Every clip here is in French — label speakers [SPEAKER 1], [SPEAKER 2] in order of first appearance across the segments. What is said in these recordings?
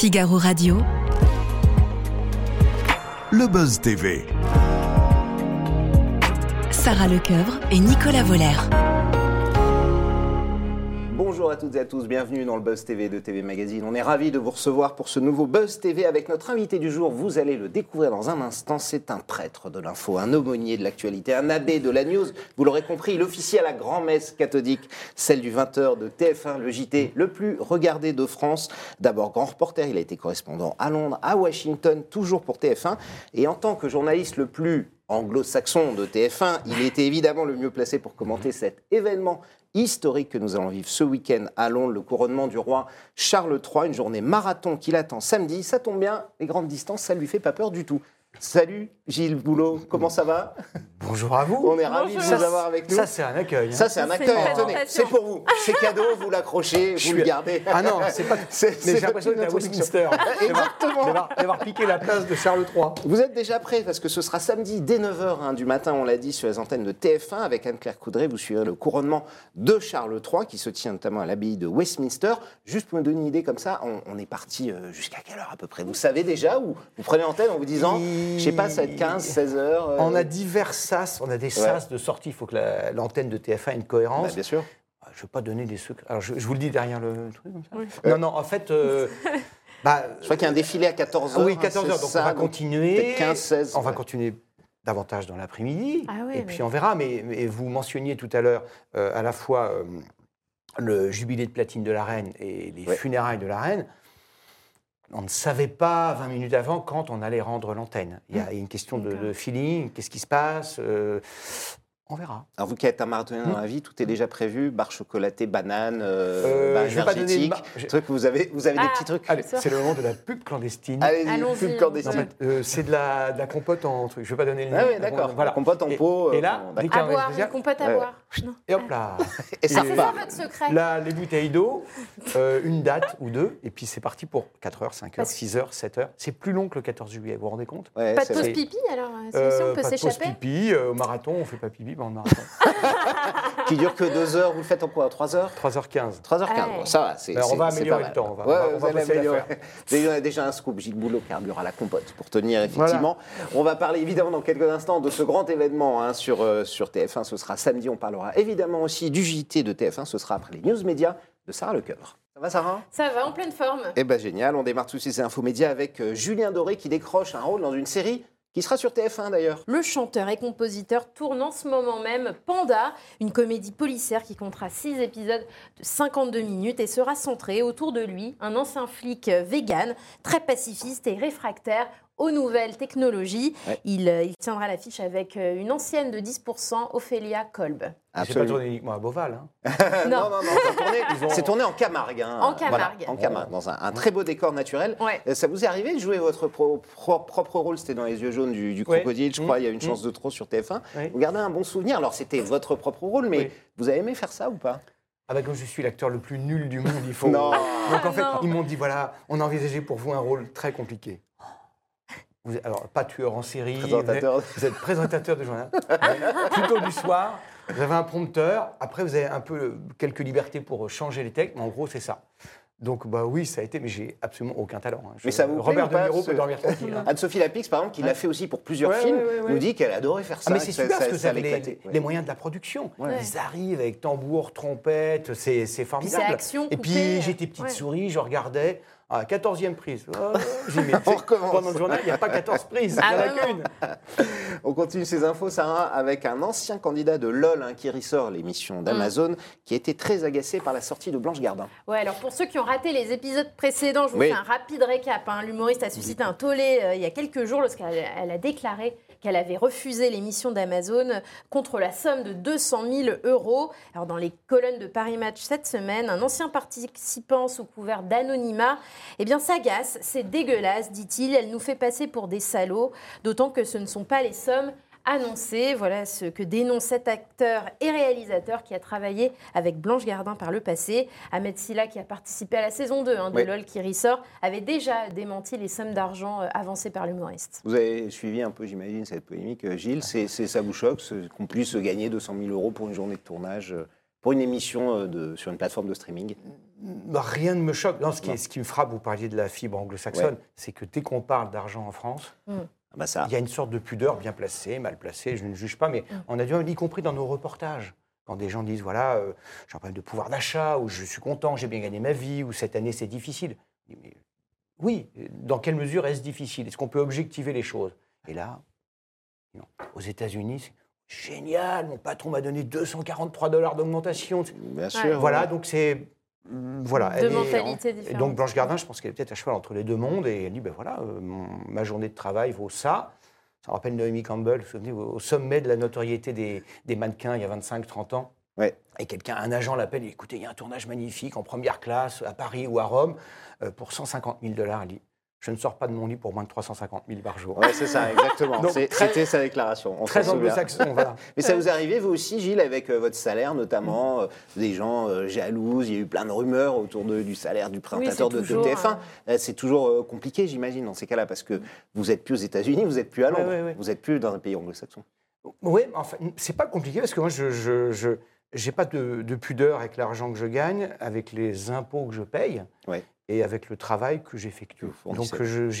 [SPEAKER 1] Figaro Radio.
[SPEAKER 2] Le Buzz TV.
[SPEAKER 1] Sarah Lecoeuvre et Nicolas Voller.
[SPEAKER 3] Bonjour à toutes et à tous, bienvenue dans le Buzz TV de TV Magazine. On est ravis de vous recevoir pour ce nouveau Buzz TV avec notre invité du jour. Vous allez le découvrir dans un instant. C'est un prêtre de l'info, un aumônier de l'actualité, un abbé de la news. Vous l'aurez compris, il officie à la grand-messe catholique, celle du 20h de TF1, le JT le plus regardé de France. D'abord grand reporter, il a été correspondant à Londres, à Washington, toujours pour TF1. Et en tant que journaliste le plus anglo-saxon de TF1, il était évidemment le mieux placé pour commenter cet événement historique que nous allons vivre ce week-end à Londres, le couronnement du roi Charles III, une journée marathon qui l'attend samedi. Ça tombe bien, les grandes distances, ça ne lui fait pas peur du tout. Salut Gilles Boulot, comment ça va?
[SPEAKER 4] Bonjour à vous.
[SPEAKER 3] On est ravis de vous avoir avec nous.
[SPEAKER 4] Ça, c'est un accueil. Hein.
[SPEAKER 3] Ça, c'est un accueil. Tenez, c'est pour vous. C'est cadeau, vous l'accrochez, vous le gardez.
[SPEAKER 4] Ah non, c'est pas. Mais j'ai l'impression d'être à Westminster.
[SPEAKER 3] Exactement.
[SPEAKER 4] D'avoir piqué la place de Charles III.
[SPEAKER 3] Vous êtes déjà prêts parce que ce sera samedi dès 9h du matin, on l'a dit, sur les antennes de TF1 avec Anne-Claire Coudray. Vous suivrez le couronnement de Charles III qui se tient notamment à l'abbaye de Westminster. Juste pour me donner une idée comme ça, on est parti jusqu'à quelle heure à peu près? Vous savez déjà ou vous prenez l'antenne en vous disant, je sais pas, ça va être 15, 16 heures
[SPEAKER 4] On a divers sas, on a des sas de sortie. Il faut que l'antenne de TF1 ait une cohérence.
[SPEAKER 3] Bah, bien sûr.
[SPEAKER 4] Je ne vais pas donner des secrets. Alors, je vous le dis derrière le truc comme ça.
[SPEAKER 3] Oui.
[SPEAKER 4] Non, en fait.
[SPEAKER 3] Je crois qu'il y a un défilé à 14h.
[SPEAKER 4] Oui, 14h. Donc, on va continuer.
[SPEAKER 3] Peut-être 15, 16.
[SPEAKER 4] On va continuer davantage dans l'après-midi.
[SPEAKER 5] Ah oui,
[SPEAKER 4] et puis, on verra. Mais vous mentionniez tout à l'heure à la fois le jubilé de platine de la reine et les funérailles de la reine. On ne savait pas 20 minutes avant quand on allait rendre l'antenne. Il y a une question de feeling, qu'est-ce qui se passe on verra.
[SPEAKER 3] Alors vous qui êtes un marathonien dans la vie, tout est déjà prévu, barre chocolatée, banane, barre énergétique. Vous avez des petits trucs.
[SPEAKER 4] Allez, c'est le moment de la pub clandestine.
[SPEAKER 3] Allez-y, pub clandestine.
[SPEAKER 4] C'est de la compote en truc. Je ne vais pas donner le nom.
[SPEAKER 3] Ah oui, d'accord. Voilà. La compote en pot.
[SPEAKER 4] Et là,
[SPEAKER 5] à boire, une compote à boire.
[SPEAKER 4] Et hop là.
[SPEAKER 3] Et ça
[SPEAKER 5] c'est
[SPEAKER 3] repart.
[SPEAKER 5] ça votre secret.
[SPEAKER 4] Là, les bouteilles d'eau, une date ou deux, et puis c'est parti pour 4h, 5h, 6h, 7h. C'est plus long que le 14 juillet, vous vous rendez compte?
[SPEAKER 5] Pas de pause pipi alors? Si on peut s'échapper.
[SPEAKER 4] Pas de pause pipi, au marathon, on ne fait pas pipi pendant le marathon.
[SPEAKER 3] Qui dure que 2 heures, vous le faites en quoi? 3 heures?
[SPEAKER 4] 3h15.
[SPEAKER 3] 3h15, bon, ça va.
[SPEAKER 4] On va améliorer le temps.
[SPEAKER 3] On va l'améliorer. Il y a déjà un scoop, Gilles Boulot carbure à la compote pour tenir effectivement. Voilà. On va parler évidemment dans quelques instants de ce grand événement sur TF1. Ce sera samedi. On parlera évidemment aussi du JT de TF1. Ce sera après les news médias de Sarah Lecoeuvre. Ça va, Sarah?
[SPEAKER 5] Ça va, en pleine forme.
[SPEAKER 3] Eh bien, génial. On démarre tous ces infos médias avec Julien Doré qui décroche un rôle dans une série qui sera sur TF1 d'ailleurs.
[SPEAKER 5] Le chanteur et compositeur tourne en ce moment même Panda, une comédie policière qui comptera 6 épisodes de 52 minutes et sera centrée autour de lui, un ancien flic vegan, très pacifiste et réfractaire aux nouvelles technologies. Ouais. Il tiendra l'affiche avec une ancienne de 10%, Ophélia Kolb.
[SPEAKER 4] C'est pas tourné uniquement à Beauval. Hein.
[SPEAKER 3] non, c'est tourné en Camargue.
[SPEAKER 5] En Camargue.
[SPEAKER 3] Voilà, en Camargue, dans un très beau décor naturel.
[SPEAKER 5] Ouais.
[SPEAKER 3] Ça vous est arrivé de jouer votre propre rôle? C'était dans Les Yeux Jaunes du Crocodile, je crois. Il y a Une chance de trop sur TF1. Vous gardez un bon souvenir. Alors, c'était votre propre rôle, mais vous avez aimé faire ça ou pas?
[SPEAKER 4] Ah bah, comme je suis l'acteur le plus nul du monde, il faut... Non. Donc en fait, ils m'ont dit, voilà, on a envisagé pour vous un rôle très compliqué. Alors, pas tueur en série, vous êtes présentateur de journal, plutôt du soir, vous avez un prompteur, après vous avez un peu quelques libertés pour changer les textes, mais en gros c'est ça. Donc bah oui, ça a été, mais j'ai absolument aucun talent. Hein.
[SPEAKER 3] Mais ça vous
[SPEAKER 4] Robert
[SPEAKER 3] plaît
[SPEAKER 4] De Niro peut dormir tranquille.
[SPEAKER 3] Anne-Sophie Lapix, par exemple, qui l'a fait aussi pour plusieurs films, nous dit qu'elle adorait faire ça.
[SPEAKER 4] Ah mais c'est super parce que ça avait les moyens de la production. Ils arrivent avec tambour, trompette, c'est formidable.
[SPEAKER 5] Puis action,
[SPEAKER 4] et puis j'étais petite souris, je regardais. 14e prise. Pendant le journal, il n'y a pas 14 prises, il n'y en a qu'une.
[SPEAKER 3] On continue ces infos, Sarah, avec un ancien candidat de LOL qui ressort l'émission d'Amazon, qui a été très agacé par la sortie de Blanche Gardin.
[SPEAKER 5] Ouais, alors pour ceux qui ont raté les épisodes précédents, je vous fais un rapide récap. L'humoriste a suscité un tollé il y a quelques jours lorsqu'elle a déclaré qu'elle avait refusé l'émission d'Amazon contre la somme de 200 000 €. Alors dans les colonnes de Paris Match cette semaine, un ancien participant sous couvert d'anonymat s'agace, c'est dégueulasse, dit-il, elle nous fait passer pour des salauds, d'autant que ce ne sont pas les sommes annoncées. Voilà ce que dénonce cet acteur et réalisateur qui a travaillé avec Blanche Gardin par le passé. Ahmed Silla, qui a participé à la saison 2 de LOL qui ressort, avait déjà démenti les sommes d'argent avancées par l'humoriste.
[SPEAKER 3] Vous avez suivi un peu, j'imagine, cette polémique, Gilles. Ça vous choque qu'on puisse gagner 200 000 € pour une journée de tournage, pour une émission sur une plateforme de streaming?
[SPEAKER 4] Rien ne me choque. Non, ce qui me frappe, vous parliez de la fibre anglo-saxonne, c'est que dès qu'on parle d'argent en France, il y a une sorte de pudeur bien placée, mal placée, je ne juge pas, mais on a du mal, y compris dans nos reportages. Quand des gens disent, voilà, j'ai un problème de pouvoir d'achat, ou je suis content, j'ai bien gagné ma vie, ou cette année c'est difficile. Mais, oui, dans quelle mesure est-ce difficile? Est-ce qu'on peut objectiver les choses? Et là, non. Aux États-Unis, c'est génial, mon patron m'a donné $243 d'augmentation.
[SPEAKER 3] Bien sûr.
[SPEAKER 4] Voilà, donc c'est... Voilà,
[SPEAKER 5] de mentalité différente.
[SPEAKER 4] Donc Blanche Gardin, je pense qu'elle est peut-être à cheval entre les deux mondes, et elle dit, ben voilà, ma journée de travail vaut ça. Ça me rappelle Naomi Campbell, vous vous souvenez, au sommet de la notoriété des mannequins il y a 25-30 ans.
[SPEAKER 3] Ouais.
[SPEAKER 4] Et un agent l'appelle, écoutez, il y a un tournage magnifique en première classe à Paris ou à Rome pour $150 000. Elle dit, je ne sors pas de mon lit pour moins de 350 000 par jour.
[SPEAKER 3] Oui, c'est ça, exactement. C'était sa déclaration.
[SPEAKER 4] Très anglo-saxon, voilà.
[SPEAKER 3] Mais ça vous est arrivé, vous aussi, Gilles, avec votre salaire, notamment, des gens jalouses, il y a eu plein de rumeurs autour du salaire du présentateur de TF1. C'est toujours compliqué, j'imagine, dans ces cas-là, parce que vous n'êtes plus aux États-Unis, vous n'êtes plus à Londres, vous n'êtes plus dans un pays anglo-saxon.
[SPEAKER 4] Oui, enfin, c'est pas compliqué, parce que moi, je n'ai pas de pudeur avec l'argent que je gagne, avec les impôts que je paye. Ouais. Et avec le travail que j'effectue. Donc, on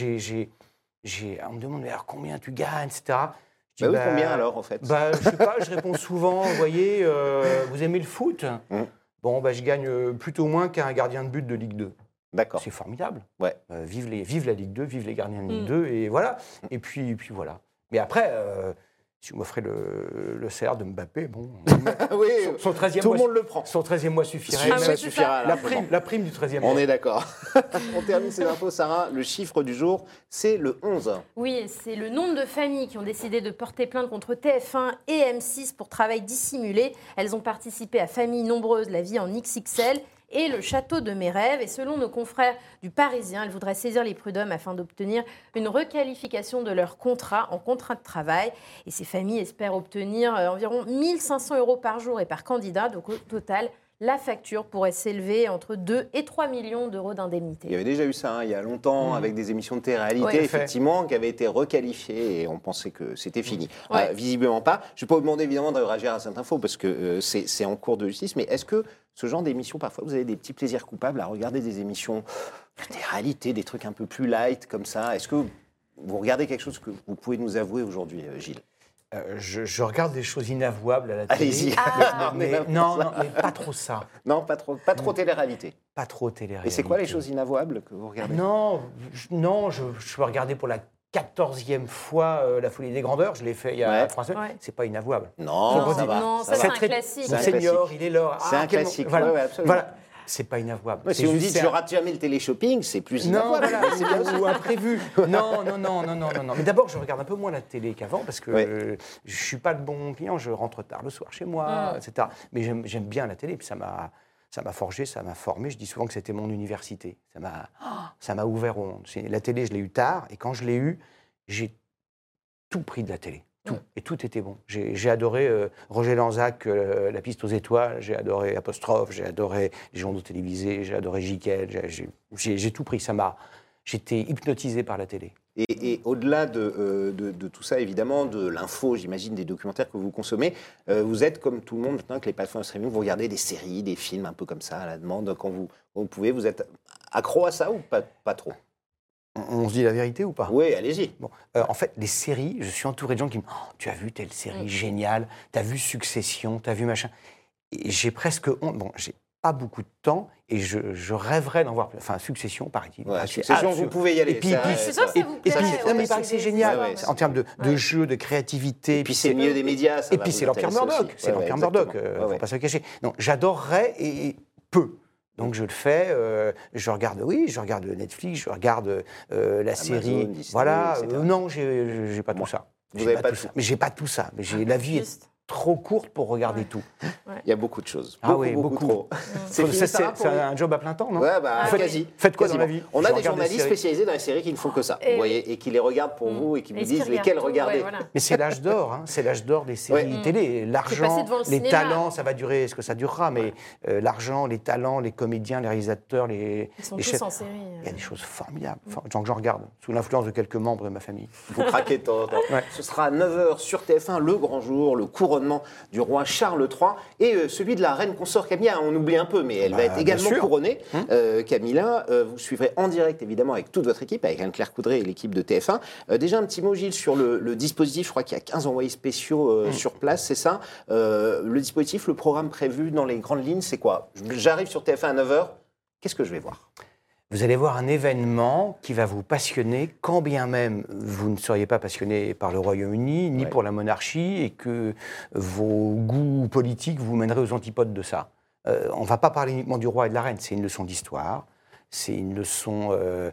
[SPEAKER 4] me demande, mais alors combien tu gagnes, etc.
[SPEAKER 3] Je dis, combien alors, en fait?
[SPEAKER 4] Je ne sais pas, je réponds souvent, vous voyez, vous aimez le foot? Bon, je gagne plutôt moins qu'un gardien de but de Ligue 2.
[SPEAKER 3] D'accord.
[SPEAKER 4] C'est formidable.
[SPEAKER 3] Ouais.
[SPEAKER 4] Vive la Ligue 2, vive les gardiens de Ligue 2, et voilà. Et puis voilà. Mais après... si vous m'offrez le salaire de Mbappé, bon...
[SPEAKER 3] oui,
[SPEAKER 4] son 13e
[SPEAKER 3] tout le monde le prend.
[SPEAKER 4] Son 13e mois suffirait.
[SPEAKER 3] Ça suffira.
[SPEAKER 4] La prime du 13e mois.
[SPEAKER 3] On est d'accord. On termine ces infos, Sarah. Le chiffre du jour, c'est le 11.
[SPEAKER 5] Oui, c'est le nombre de familles qui ont décidé de porter plainte contre TF1 et M6 pour travail dissimulé. Elles ont participé à Familles nombreuses, la vie en XXL et le château de mes rêves. Et selon nos confrères du Parisien, elles voudraient saisir les prud'hommes afin d'obtenir une requalification de leur contrat en contrat de travail. Et ces familles espèrent obtenir environ 1 500 € par jour et par candidat. Donc au total, la facture pourrait s'élever entre 2 et 3 millions d'euros d'indemnité.
[SPEAKER 3] Il y avait déjà eu ça il y a longtemps avec des émissions de télé-réalité, effectivement, qui avaient été requalifiées et on pensait que c'était fini. Visiblement pas. Je ne vais pas vous demander évidemment de réagir à cette info parce que c'est en cours de justice, mais est-ce que ce genre d'émissions, parfois, vous avez des petits plaisirs coupables à regarder des émissions de télé-réalité, des trucs un peu plus light comme ça? Est-ce que vous regardez quelque chose que vous pouvez nous avouer aujourd'hui, Gilles?
[SPEAKER 4] Je regarde des choses inavouables à la télé.
[SPEAKER 3] Allez-y.
[SPEAKER 4] Mais pas trop ça.
[SPEAKER 3] Non, pas trop télé-réalité.
[SPEAKER 4] Pas trop télé-réalité.
[SPEAKER 3] Et c'est quoi les choses inavouables que vous regardez?
[SPEAKER 4] Je peux regarder pour la 14e fois La Folie des Grandeurs. Je l'ai fait il y a 3 semaines. C'est pas inavouable.
[SPEAKER 3] Non, ça va.
[SPEAKER 5] Non, ça c'est un classique.
[SPEAKER 4] Mon seigneur, il est là.
[SPEAKER 3] C'est un classique.
[SPEAKER 4] Voilà.
[SPEAKER 3] Absolument.
[SPEAKER 4] Voilà. C'est pas inavouable.
[SPEAKER 3] Ouais, si vous me dites je rate jamais le télé-shopping, c'est plus inavouable.
[SPEAKER 4] Ou imprévu. Non. Mais d'abord, je regarde un peu moins la télé qu'avant parce que je suis pas le bon client. Je rentre tard le soir chez moi, etc. Mais j'aime bien la télé. Puis ça m'a forgé, ça m'a formé. Je dis souvent que c'était mon université. Ça m'a ouvert au monde. La télé, je l'ai eu tard. Et quand je l'ai eu, j'ai tout pris de la télé. Tout. Et tout était bon. J'ai adoré Roger Lanzac, La piste aux étoiles, j'ai adoré Apostrophe, j'ai adoré les journaux télévisés, j'ai adoré Jiquel, j'ai tout pris. J'étais hypnotisé par la télé.
[SPEAKER 3] Et au-delà de tout ça, évidemment, de l'info, j'imagine, des documentaires que vous consommez, vous êtes, comme tout le monde, maintenant, avec les plateformes de streaming, vous regardez des séries, des films, un peu comme ça, à la demande, quand vous pouvez. Vous êtes accro à ça ou pas trop?
[SPEAKER 4] On se dit la vérité ou pas?
[SPEAKER 3] Oui, allez-y.
[SPEAKER 4] Bon, en fait, les séries, je suis entouré de gens qui me disent tu as vu telle série géniale, tu as vu Succession, tu as vu machin. Et j'ai presque honte. Bon, j'ai pas beaucoup de temps et je rêverais d'en voir plus. Enfin, Succession, paraît-il.
[SPEAKER 3] Succession, vous pouvez y aller.
[SPEAKER 5] Et puis, c'est sûr que ça vous plaît.
[SPEAKER 4] Mais il paraît que c'est génial en termes de jeu, de créativité.
[SPEAKER 3] Et puis c'est le milieu des médias.
[SPEAKER 4] Et puis c'est l'Empire Murdoch. C'est l'Empire Murdoch. Faut pas se le cacher. Donc j'adorerais et peu. Donc je le fais, je regarde Netflix, je regarde la série,
[SPEAKER 3] Disney,
[SPEAKER 4] voilà. Non, j'ai pas tout ça.
[SPEAKER 3] Vous n'avez pas tout ça.
[SPEAKER 4] Mais j'ai pas tout ça. Mais la vie est trop courte pour regarder tout.
[SPEAKER 3] Il y a beaucoup de choses.
[SPEAKER 4] Beaucoup trop. C'est un job à plein temps, non?
[SPEAKER 3] Ouais, quasi.
[SPEAKER 4] Faites quoi dans la vie?
[SPEAKER 3] On a des journalistes spécialisés dans les séries qui ne font que ça, vous voyez, et qui les regardent pour vous et qui vous disent lesquelles regarder.
[SPEAKER 4] Mais c'est l'âge d'or, c'est l'âge d'or des séries télé. L'argent, les talents, ça va durer ce que ça durera, mais l'argent, les talents, les comédiens, les réalisateurs, les chefs.
[SPEAKER 5] En série.
[SPEAKER 4] Il y a des choses formidables. J'en regarde, sous l'influence de quelques membres de ma famille.
[SPEAKER 3] Vous craquez de temps en temps. Ce sera à 9h sur TF1, le grand jour, le couronnement couronnement du roi Charles III et celui de la reine consort Camilla. On oublie un peu, mais elle va être également couronnée. Camilla, vous suivrez en direct, évidemment, avec toute votre équipe, avec Anne-Claire Coudray et l'équipe de TF1. Déjà, un petit mot, Gilles, sur le dispositif. Je crois qu'il y a 15 envoyés spéciaux sur place, c'est ça. Le dispositif, le programme prévu dans les grandes lignes, c'est quoi? J'arrive sur TF1 à 9h. Qu'est-ce que je vais voir?
[SPEAKER 4] Vous allez voir un événement qui va vous passionner, quand bien même vous ne seriez pas passionné par le Royaume-Uni, ni pour la monarchie, et que vos goûts politiques vous mèneraient aux antipodes de ça. On ne va pas parler uniquement du roi et de la reine, c'est une leçon d'histoire, c'est une leçon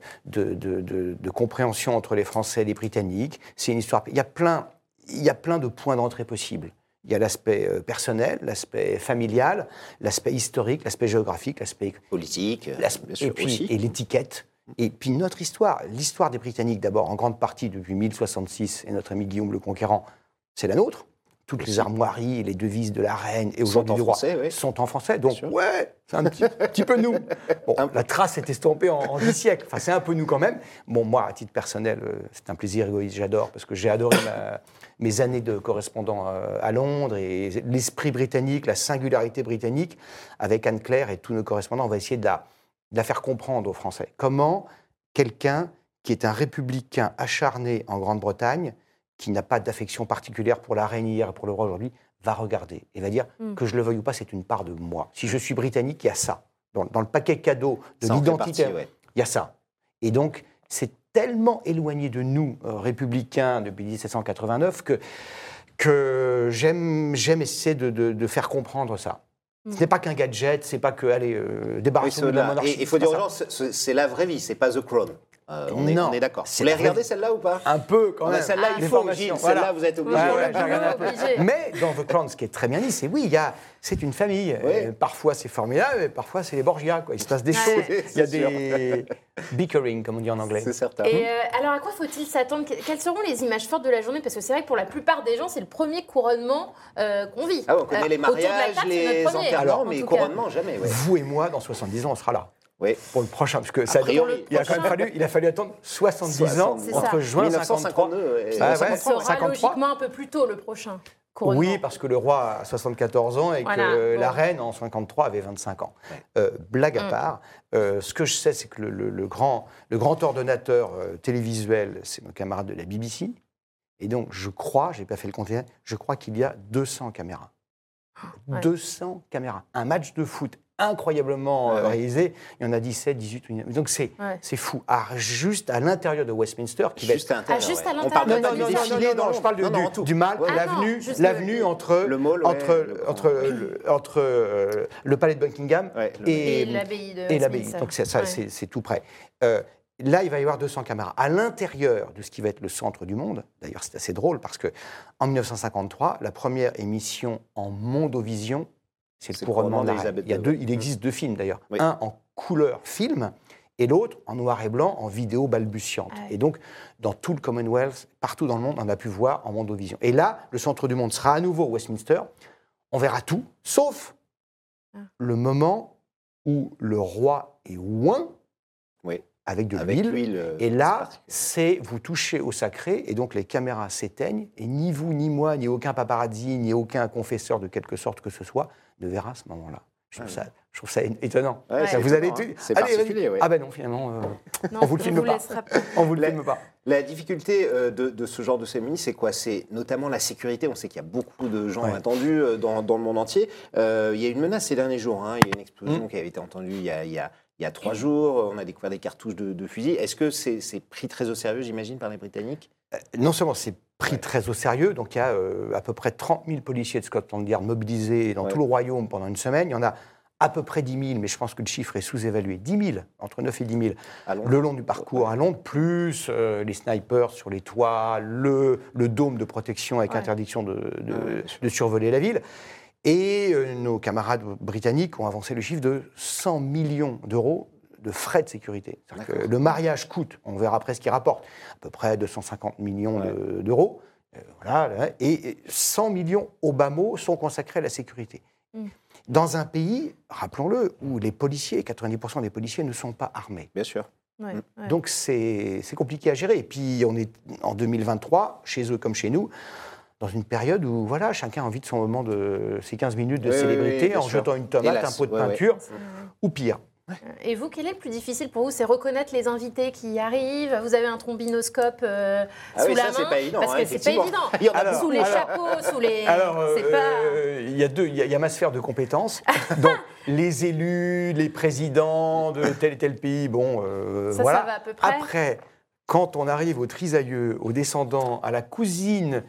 [SPEAKER 4] de compréhension entre les Français et les Britanniques, c'est une histoire... Il y a plein de points d'entrée possibles. Il y a l'aspect personnel, l'aspect familial, l'aspect historique, l'aspect géographique, l'aspect
[SPEAKER 3] politique,
[SPEAKER 4] et l'étiquette. Et puis notre histoire, l'histoire des Britanniques d'abord, en grande partie depuis 1066, et notre ami Guillaume le Conquérant, c'est la nôtre. Toutes les armoiries, les devises de la reine et aujourd'hui du roi sont en français. Donc, c'est un petit peu nous. Bon, la trace est estampée en 10 siècles. Enfin, c'est un peu nous quand même. Bon, moi, à titre personnel, c'est un plaisir égoïste. J'adore parce que j'ai adoré mes années de correspondant à Londres et l'esprit britannique, la singularité britannique. Avec Anne-Claire et tous nos correspondants, on va essayer de la faire comprendre aux Français. Comment quelqu'un qui est un républicain acharné en Grande-Bretagne, qui n'a pas d'affection particulière pour la reine hier et pour le roi aujourd'hui, va regarder et va dire que je le veuille ou pas, c'est une part de moi. Si je suis britannique, il y a ça. Dans le paquet cadeau de l'identité, il y a ça. Et donc, c'est tellement éloigné de nous, républicains, depuis 1789, que j'aime essayer de faire comprendre ça. Ce n'est pas qu'un gadget, c'est pas que, allez, débarrassons-nous de la monarchie.
[SPEAKER 3] Et il faut dire aux gens, c'est la vraie vie, c'est pas The Crown. On est d'accord. Vous l'avez regardé celle-là ou pas?
[SPEAKER 4] Un peu quand même.
[SPEAKER 3] Celle-là, il faut, Gilles. Celle-là, vous êtes obligé.
[SPEAKER 4] Mais dans The Crown, ce qui est très bien dit, c'est c'est une famille. Parfois, c'est formidable, et parfois, c'est les Borgia. Il se passe des choses. Il y a des bickering, comme on dit en anglais.
[SPEAKER 3] C'est certain.
[SPEAKER 5] Et alors, à quoi faut-il s'attendre? Quelles seront les images fortes de la journée? Parce que c'est vrai que pour la plupart des gens, c'est le premier couronnement qu'on vit.
[SPEAKER 3] On connaît les mariages, les enterrements, mais couronnement, jamais.
[SPEAKER 4] Vous et moi, dans 70 ans, on sera là.
[SPEAKER 3] Oui.
[SPEAKER 4] Pour le prochain, parce que ça il a fallu attendre 70 ans entre juin 1952
[SPEAKER 5] et 1953. Ça sera logiquement un peu plus tôt le prochain couronnement.
[SPEAKER 4] Oui, parce que le roi a 74 ans et que la reine en 53 avait 25 ans. Blague à part, ce que je sais, c'est que le grand ordonnateur télévisuel, c'est nos camarades de la BBC. Et donc, je crois, je n'ai pas fait le compte, je crois qu'il y a 200 caméras. 200 caméras. Un match de foot incroyablement réalisé. Il y en a 17, 18. Donc c'est fou. Juste à l'intérieur de Westminster, qui va
[SPEAKER 3] juste à l'intérieur.
[SPEAKER 4] On parle du défilé, je parle du Mall, l'avenue entre le palais de Buckingham et l'abbaye de Donc c'est tout près. Là, il va y avoir 200 caméras. À l'intérieur de ce qui va être le centre du monde, d'ailleurs c'est assez drôle parce qu'en 1953, la première émission en Mondovision, c'est le couronnement de la reine. Il existe deux films d'ailleurs. Un en couleur film et l'autre en noir et blanc, en vidéo balbutiante. Et donc, dans tout le Commonwealth, partout dans le monde, on a pu voir en Mondovision. Et là, le centre du monde sera à nouveau Westminster. On verra tout, sauf le moment où le roi est oint, avec de l'huile. Et là, vous touchez au sacré, et donc les caméras s'éteignent, et ni vous, ni moi, ni aucun paparazzi, ni aucun confesseur de quelque sorte que ce soit ne verra à ce moment-là. Je trouve ça étonnant. Vous allez
[SPEAKER 3] c'est particulier,
[SPEAKER 4] Ah ben non, finalement, on vous le filme pas. On vous le filme pas.
[SPEAKER 3] La difficulté de ce genre de cérémonie, c'est quoi? C'est notamment la sécurité. On sait qu'il y a beaucoup de gens attendus dans le monde entier. Il y a une menace ces derniers jours. Il y a une explosion qui avait été entendue il y a 3 jours. On a découvert des cartouches de fusils. Est-ce que c'est pris très au sérieux, j'imagine, par les Britanniques?
[SPEAKER 4] Non seulement c'est pris très au sérieux, donc il y a à peu près 30 000 policiers de Scotland Yard mobilisés dans tout le royaume pendant une semaine. Il y en a à peu près 10 000, mais je pense que le chiffre est sous-évalué. 10 000, entre 9 et 10 000, le long du parcours à Londres, plus les snipers sur les toits, le dôme de protection avec interdiction de survoler la ville. Et nos camarades britanniques ont avancé le chiffre de 100 millions d'euros de frais de sécurité. Que le mariage coûte, on verra après ce qu'il rapporte, à peu près 250 millions d'euros. Et 100 millions au bas mot sont consacrés à la sécurité. Dans un pays, rappelons-le, où les policiers, 90% des policiers ne sont pas armés.
[SPEAKER 3] Bien sûr.
[SPEAKER 4] Donc c'est compliqué à gérer. Et puis on est en 2023, chez eux comme chez nous, dans une période où voilà, chacun a envie de son moment de ses 15 minutes de célébrité en jetant une tomate, un pot de peinture, ou pire.
[SPEAKER 5] Et vous, quel est le plus difficile pour vous? C'est reconnaître les invités qui arrivent. Vous avez un trombinoscope sous la main.
[SPEAKER 3] C'est pas évident.
[SPEAKER 5] Parce que c'est pas évident. Sous les chapeaux, sous les.
[SPEAKER 4] Alors, il y a ma sphère de compétences. Donc, les élus, les présidents de tel et tel pays,
[SPEAKER 5] ça va à peu près.
[SPEAKER 4] Après, quand on arrive aux trisaïeux, aux descendants, à la cousine,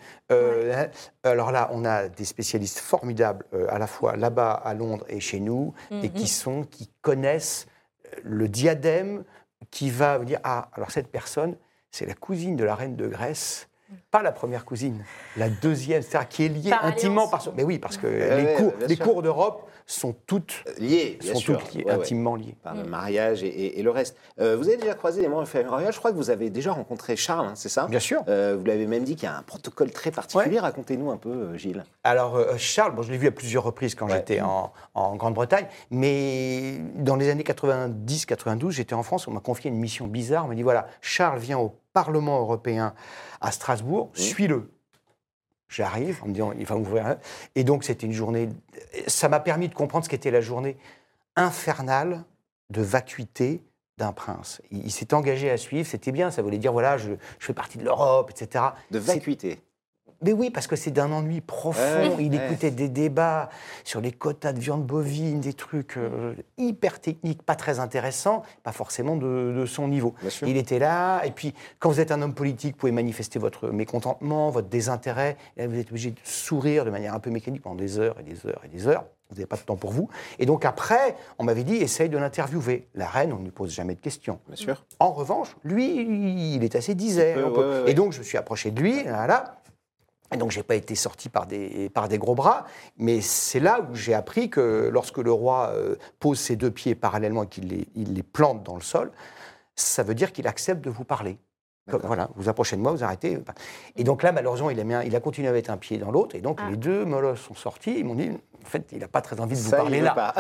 [SPEAKER 4] alors là, on a des spécialistes formidables, à la fois là-bas, à Londres et chez nous, et qui connaissent le diadème, qui va vous dire, alors cette personne, c'est la cousine de la reine de Grèce, pas la première cousine, la deuxième, c'est-à-dire qui est liée intimement par son... Mais oui, parce que les cours d'Europe sont toutes liées, intimement liées.
[SPEAKER 3] Par le mariage et le reste. Vous avez déjà croisé des membres de la famille royale. Je crois que vous avez déjà rencontré Charles, c'est ça?
[SPEAKER 4] Bien sûr.
[SPEAKER 3] Vous l'avez même dit qu'il y a un protocole très particulier. Racontez-nous un peu, Gilles.
[SPEAKER 4] Alors, Charles, je l'ai vu à plusieurs reprises quand j'étais en Grande-Bretagne, mais dans les années 90-92, j'étais en France, on m'a confié une mission bizarre. On m'a dit, voilà, Charles vient au Parlement européen à Strasbourg, suis-le. J'arrive en me disant, il va m'ouvrir. Et donc, c'était une journée... Ça m'a permis de comprendre ce qu'était la journée infernale de vacuité d'un prince. Il s'est engagé à suivre, c'était bien, ça voulait dire, voilà, je fais partie de l'Europe, etc.
[SPEAKER 3] De vacuité.
[SPEAKER 4] Mais oui, parce que c'est d'un ennui profond. Il écoutait des débats sur les quotas de viande bovine, des trucs hyper techniques, pas très intéressants, pas forcément de son niveau. Il était là, et puis quand vous êtes un homme politique, vous pouvez manifester votre mécontentement, votre désintérêt, et là, vous êtes obligé de sourire de manière un peu mécanique pendant des heures et des heures et des heures. Vous n'avez pas de temps pour vous. Et donc après, on m'avait dit, essaye de l'interviewer. La reine, on ne lui pose jamais de questions.
[SPEAKER 3] Bien sûr.
[SPEAKER 4] En revanche, lui, il est assez disert. Et donc, je me suis approché de lui, là. Et donc, je n'ai pas été sorti par des gros bras, mais c'est là où j'ai appris que lorsque le roi pose ses deux pieds parallèlement et qu'il les plante dans le sol, ça veut dire qu'il accepte de vous parler. Voilà, vous approchez de moi, vous arrêtez. Et donc là, malheureusement, il a continué à mettre un pied dans l'autre, et donc les deux molosses sont sortis, ils m'ont dit, en fait, il n'a pas très envie de vous parler là.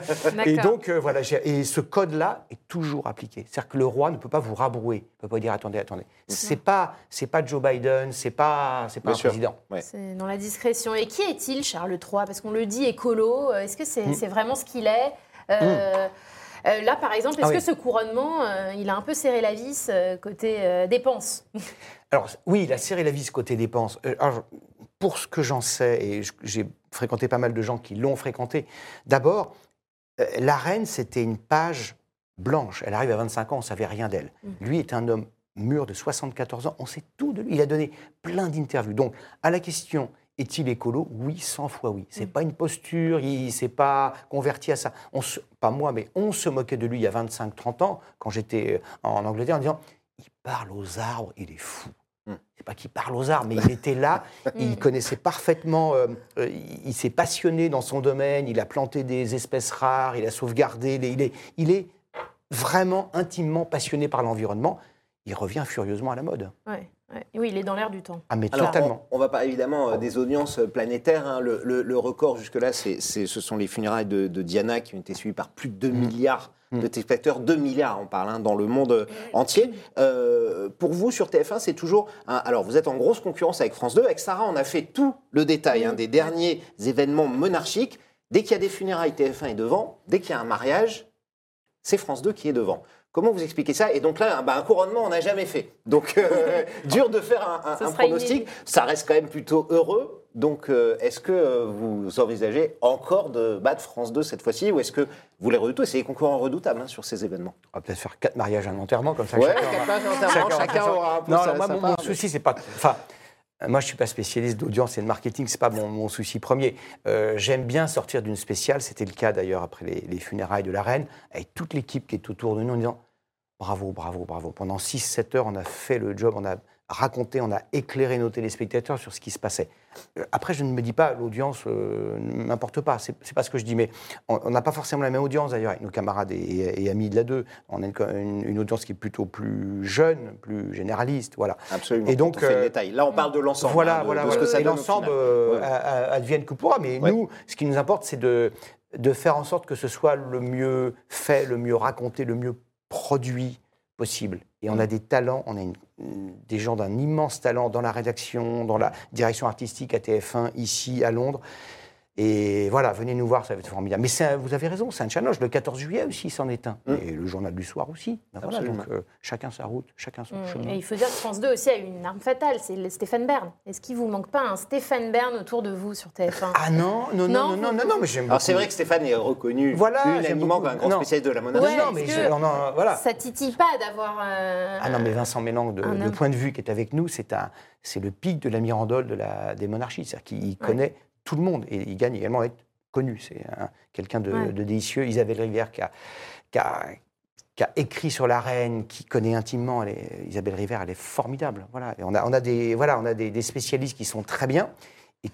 [SPEAKER 4] Et donc, voilà, et ce code-là est toujours appliqué. C'est-à-dire que le roi ne peut pas vous rabrouer, il ne peut pas dire, attendez. C'est pas Joe Biden, c'est pas un président.
[SPEAKER 5] Ouais. C'est dans la discrétion. Et qui est-il, Charles III? Parce qu'on le dit écolo, est-ce que c'est vraiment ce qu'il est? Là, par exemple, est-ce que ce couronnement, il a un peu serré la vis côté dépenses?
[SPEAKER 4] Alors, oui, il a serré la vis côté dépenses. Alors, pour ce que j'en sais, et j'ai fréquenté pas mal de gens qui l'ont fréquenté, d'abord, la reine, c'était une page blanche. Elle arrive à 25 ans, on ne savait rien d'elle. Lui est un homme mûr de 74 ans, on sait tout de lui. Il a donné plein d'interviews. Donc, à la question... Est-il écolo? Oui, 100 fois oui. C'est pas une posture, il s'est pas converti à ça. Pas moi, mais on se moquait de lui il y a 25-30 ans, quand j'étais en Angleterre, en disant « il parle aux arbres, il est fou ». C'est pas qu'il parle aux arbres, mais il était là, il connaissait parfaitement, il s'est passionné dans son domaine, il a planté des espèces rares, il a sauvegardé, il est vraiment intimement passionné par l'environnement. Il revient furieusement à la mode.
[SPEAKER 5] Oui, il est dans l'air du temps.
[SPEAKER 4] Ah, mais
[SPEAKER 3] alors,
[SPEAKER 4] totalement.
[SPEAKER 3] On va parler évidemment des audiences planétaires. Hein. Le record jusque-là, ce sont les funérailles de Diana qui ont été suivies par plus de 2 milliards de téléspectateurs. 2 milliards, on parle, dans le monde entier. Pour vous, sur TF1, c'est toujours... alors, vous êtes en grosse concurrence avec France 2. Avec Sarah, on a fait tout le détail des derniers événements monarchiques. Dès qu'il y a des funérailles, TF1 est devant. Dès qu'il y a un mariage, c'est France 2 qui est devant. Comment vous expliquez ça? Et donc là, un couronnement, on n'a jamais fait. Donc, dur de faire un pronostic. Ça reste quand même plutôt heureux. Donc, est-ce que vous envisagez encore de battre France 2 cette fois-ci? Ou est-ce que vous les redoutez? C'est des concurrents redoutables sur ces événements.
[SPEAKER 4] On va peut-être faire 4 mariages, un enterrement, comme ça.
[SPEAKER 3] Ouais, 4 mariages, un enterrement, chacun aura un peu
[SPEAKER 4] mon souci, c'est pas... Enfin, moi, je ne suis pas spécialiste d'audience et de marketing, ce n'est pas mon souci premier. J'aime bien sortir d'une spéciale, c'était le cas d'ailleurs après les funérailles de la reine, avec toute l'équipe qui est autour de nous en disant bravo, bravo, bravo. Pendant 6-7 heures, on a fait le job, on a raconté, on a éclairé nos téléspectateurs sur ce qui se passait. Après, je ne me dis pas l'audience ne m'importe pas, c'est pas ce que je dis, mais on n'a pas forcément la même audience d'ailleurs avec nos camarades et amis de la 2. On a une audience qui est plutôt plus jeune, plus généraliste, voilà.
[SPEAKER 3] Absolument.
[SPEAKER 4] Et donc,
[SPEAKER 3] on fait le détail. Là, on parle de l'ensemble.
[SPEAKER 4] Voilà,
[SPEAKER 3] de ce que ça
[SPEAKER 4] et l'ensemble advienne que pourra. Mais nous, ce qui nous importe, c'est de faire en sorte que ce soit le mieux fait, le mieux raconté, le mieux produit possible. Et on a des talents, on a des gens d'un immense talent dans la rédaction, dans la direction artistique à TF1, ici, à Londres. Et voilà, venez nous voir, ça va être formidable. Mais vous avez raison, c'est un challenge. Le 14 juillet aussi, c'en est un. Et le journal du soir aussi. Ben voilà, donc chacun sa route, chacun son chemin.
[SPEAKER 5] Et il faut dire que France 2 aussi a une arme fatale, c'est le Stéphane Bern. Est-ce qu'il ne vous manque pas un Stéphane Bern autour de vous sur TF1 ?
[SPEAKER 4] Ah non, mais j'aime beaucoup.
[SPEAKER 3] Alors c'est vrai que Stéphane est reconnu unanimement comme un grand spécialiste de la monarchie.
[SPEAKER 4] Non, mais voilà.
[SPEAKER 5] Ça titille pas d'avoir...
[SPEAKER 4] Ah non, mais Vincent Ménange, le point de vue qui est avec nous, c'est le pic de la mirandole des monarchies. C'est-à-dire qu'il connaît tout le monde, et il gagne également à être connu. C'est quelqu'un de délicieux. Isabelle Rivière qui a écrit sur la reine, qui connaît intimement. Isabelle Rivière, elle est formidable. Voilà. Et on a des spécialistes qui sont très bien et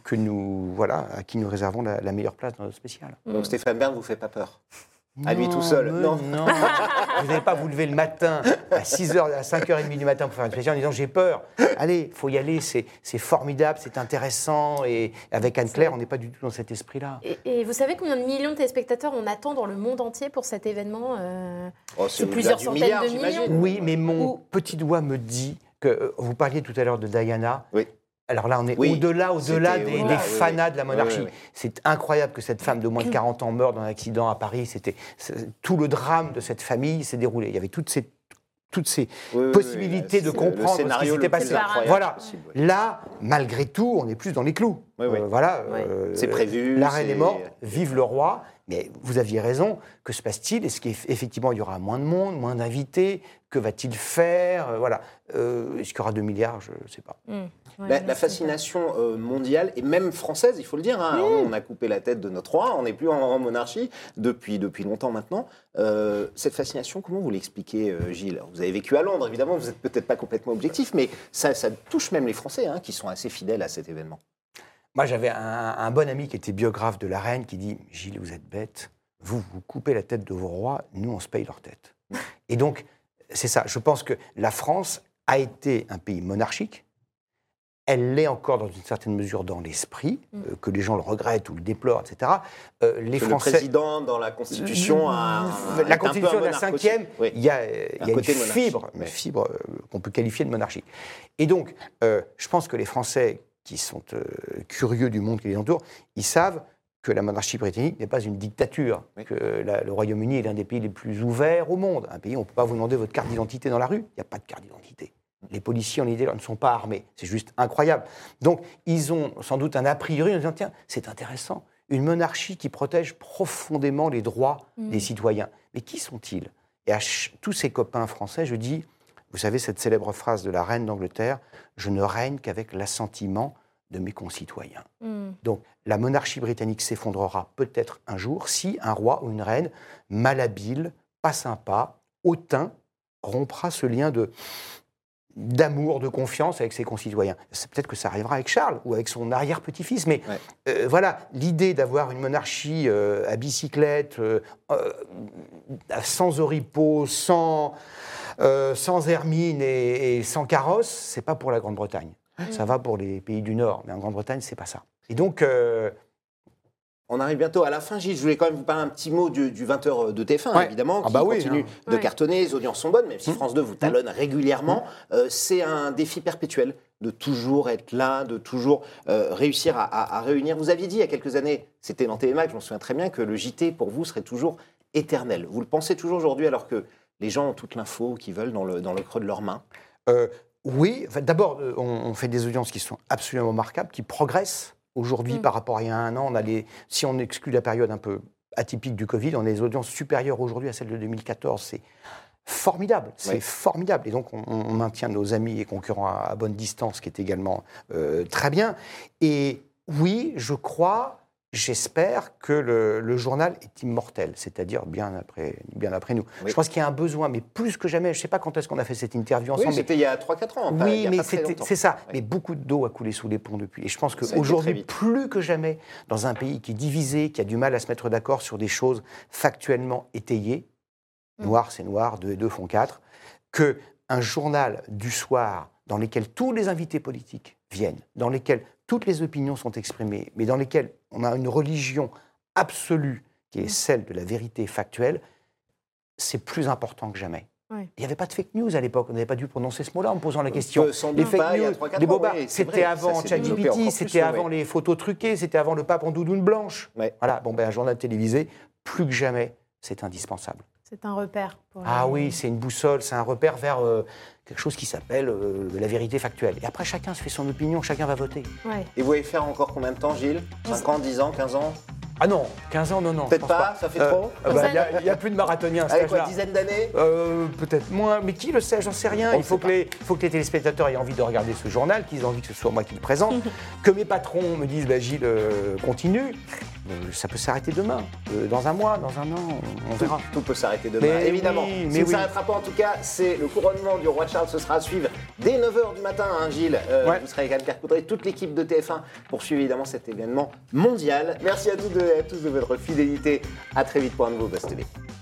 [SPEAKER 4] à qui nous réservons la meilleure place dans notre spécial.
[SPEAKER 3] Donc Stéphane Bern ne vous fait pas peur? À lui tout seul? Non.
[SPEAKER 4] Vous n'allez pas vous lever le matin à 6h, à 5h30 du matin pour faire une spéciale en disant j'ai peur. Allez, il faut y aller, c'est formidable, c'est intéressant. Et avec Anne-Claire, on n'est pas du tout dans cet esprit-là.
[SPEAKER 5] Et vous savez combien de millions de téléspectateurs on attend dans le monde entier pour cet événement?
[SPEAKER 3] C'est
[SPEAKER 5] plusieurs centaines de millions.
[SPEAKER 4] Oui, mais mon petit doigt me dit que vous parliez tout à l'heure de Diana.
[SPEAKER 3] Oui.
[SPEAKER 4] Alors là, on est au-delà des fanats de la monarchie. Oui. C'est incroyable que cette femme de moins de 40 ans meure dans un accident à Paris. Tout le drame de cette famille s'est déroulé. Il y avait toutes ces possibilités de comprendre ce qui s'était passé. Voilà. Là, malgré tout, on est plus dans les clous.
[SPEAKER 3] C'est prévu.
[SPEAKER 4] La reine est morte, vive le roi. Mais vous aviez raison. Que se passe-t-il? Est-ce qu'effectivement, il y aura moins de monde, moins d'invités? Que va-t-il faire? Est-ce qu'il y aura 2 milliards? Je ne sais pas.
[SPEAKER 3] La fascination mondiale, et même française, il faut le dire. Alors, nous, on a coupé la tête de notre roi, on n'est plus en monarchie depuis longtemps maintenant. Cette fascination, comment vous l'expliquez, Gilles? Vous avez vécu à Londres, évidemment, vous n'êtes peut-être pas complètement objectif, mais ça touche même les Français, qui sont assez fidèles à cet événement.
[SPEAKER 4] Moi, j'avais un bon ami qui était biographe de la reine qui dit « Gilles, vous êtes bête, vous coupez la tête de vos rois, nous, on se paye leur tête. » Et donc, c'est ça. Je pense que la France a été un pays monarchique. Elle l'est encore dans une certaine mesure dans l'esprit, que les gens le regrettent ou le déplorent, etc.
[SPEAKER 3] Le président, dans la Constitution,
[SPEAKER 4] la Constitution de la 5e, il y a une fibre qu'on peut qualifier de monarchique. Et donc, je pense que les Français qui sont curieux du monde qui les entoure, ils savent que la monarchie britannique n'est pas une dictature, que le Royaume-Uni est l'un des pays les plus ouverts au monde. Un pays où on ne peut pas vous demander votre carte d'identité dans la rue, il n'y a pas de carte d'identité. Les policiers en idée ne sont pas armés, c'est juste incroyable. Donc ils ont sans doute un a priori en disant tiens, c'est intéressant, une monarchie qui protège profondément les droits des citoyens. Mais qui sont-ils? Et à tous ces copains français, je dis, vous savez cette célèbre phrase de la reine d'Angleterre, je ne règne qu'avec l'assentiment de mes concitoyens. Donc la monarchie britannique s'effondrera peut-être un jour si un roi ou une reine malhabile, pas sympa, hautain, rompra ce lien d'amour, de confiance avec ses concitoyens. Peut-être que ça arrivera avec Charles ou avec son arrière-petit-fils, mais voilà, l'idée d'avoir une monarchie à bicyclette, sans oripeau, sans hermine et sans carrosse, c'est pas pour la Grande-Bretagne. Ça va pour les pays du Nord, mais en Grande-Bretagne, c'est pas ça. Et donc...
[SPEAKER 3] On arrive bientôt à la fin, Gilles. Je voulais quand même vous parler un petit mot du 20h de TF1, évidemment, qui continue de cartonner. Les audiences sont bonnes, même si France 2 vous talonne régulièrement. C'est un défi perpétuel de toujours être là, de toujours réussir à réunir. Vous aviez dit il y a quelques années, c'était dans TV Mag, je m'en souviens très bien, que le JT, pour vous, serait toujours éternel. Vous le pensez toujours aujourd'hui, alors que les gens ont toute l'info qu'ils veulent dans le creux de leurs mains?
[SPEAKER 4] Oui. D'abord, on fait des audiences qui sont absolument remarquables, qui progressent. Aujourd'hui, par rapport à il y a un an, si on exclut la période un peu atypique du Covid, on a des audiences supérieures aujourd'hui à celles de 2014. C'est formidable, formidable. Et donc, on maintient nos amis et concurrents à bonne distance, ce qui est également très bien. Et oui, je crois, j'espère que le journal est immortel, c'est-à-dire bien après nous. Je pense qu'il y a un besoin, mais plus que jamais, je ne sais pas quand est-ce qu'on a fait cette interview ensemble.
[SPEAKER 3] Oui, c'était il y a 3-4 ans.
[SPEAKER 4] Oui, mais c'est ça. Mais beaucoup d'eau a coulé sous les ponts depuis. Et je pense qu'aujourd'hui, plus que jamais, dans un pays qui est divisé, qui a du mal à se mettre d'accord sur des choses factuellement étayées, noir c'est noir, 2 et 2 font 4, qu'un journal du soir dans lequel tous les invités politiques viennent, dans lesquels toutes les opinions sont exprimées, mais dans lesquelles on a une religion absolue qui est celle de la vérité factuelle, c'est plus important que jamais.
[SPEAKER 5] Ouais.
[SPEAKER 4] Il n'y avait pas de fake news à l'époque. On n'avait pas dû prononcer ce mot-là en me posant la question.
[SPEAKER 3] Les fake news, les
[SPEAKER 4] bobards, c'était avant ChatGPT, c'était avant les photos truquées, c'était avant le pape en doudoune blanche. Ouais. Voilà, un journal télévisé, plus que jamais, c'est indispensable.
[SPEAKER 5] C'est un repère.
[SPEAKER 4] Oui, c'est une boussole, c'est un repère vers quelque chose qui s'appelle la vérité factuelle. Et après, chacun se fait son opinion, chacun va voter.
[SPEAKER 5] Ouais.
[SPEAKER 3] Et vous allez faire encore combien de temps, Gilles 5 ans, 10 ans, 15 ans?
[SPEAKER 4] Ah non, 15 ans, non.
[SPEAKER 3] Peut-être pas, ça fait trop.
[SPEAKER 4] Il n'y a plus de marathoniens à cet âge-là.
[SPEAKER 3] Avec quoi, dizaine d'années
[SPEAKER 4] Peut-être moins, mais qui le sait, j'en sais rien. Il faut que les téléspectateurs aient envie de regarder ce journal, qu'ils aient envie que ce soit moi qui le présente, que mes patrons me disent Gilles, continue. Ça peut s'arrêter demain, dans un mois, dans un an, on verra.
[SPEAKER 3] Tout peut s'arrêter demain, évidemment.
[SPEAKER 4] Mais
[SPEAKER 3] ça ne s'arrêtera pas en tout cas, c'est le couronnement du roi Charles, ce sera à suivre dès 9h du matin, Gilles. Vous serez avec Anne-Claire Coudray, toute l'équipe de TF1 pour suivre évidemment cet événement mondial. Merci à tous de votre fidélité. À très vite pour un nouveau Buzz TV.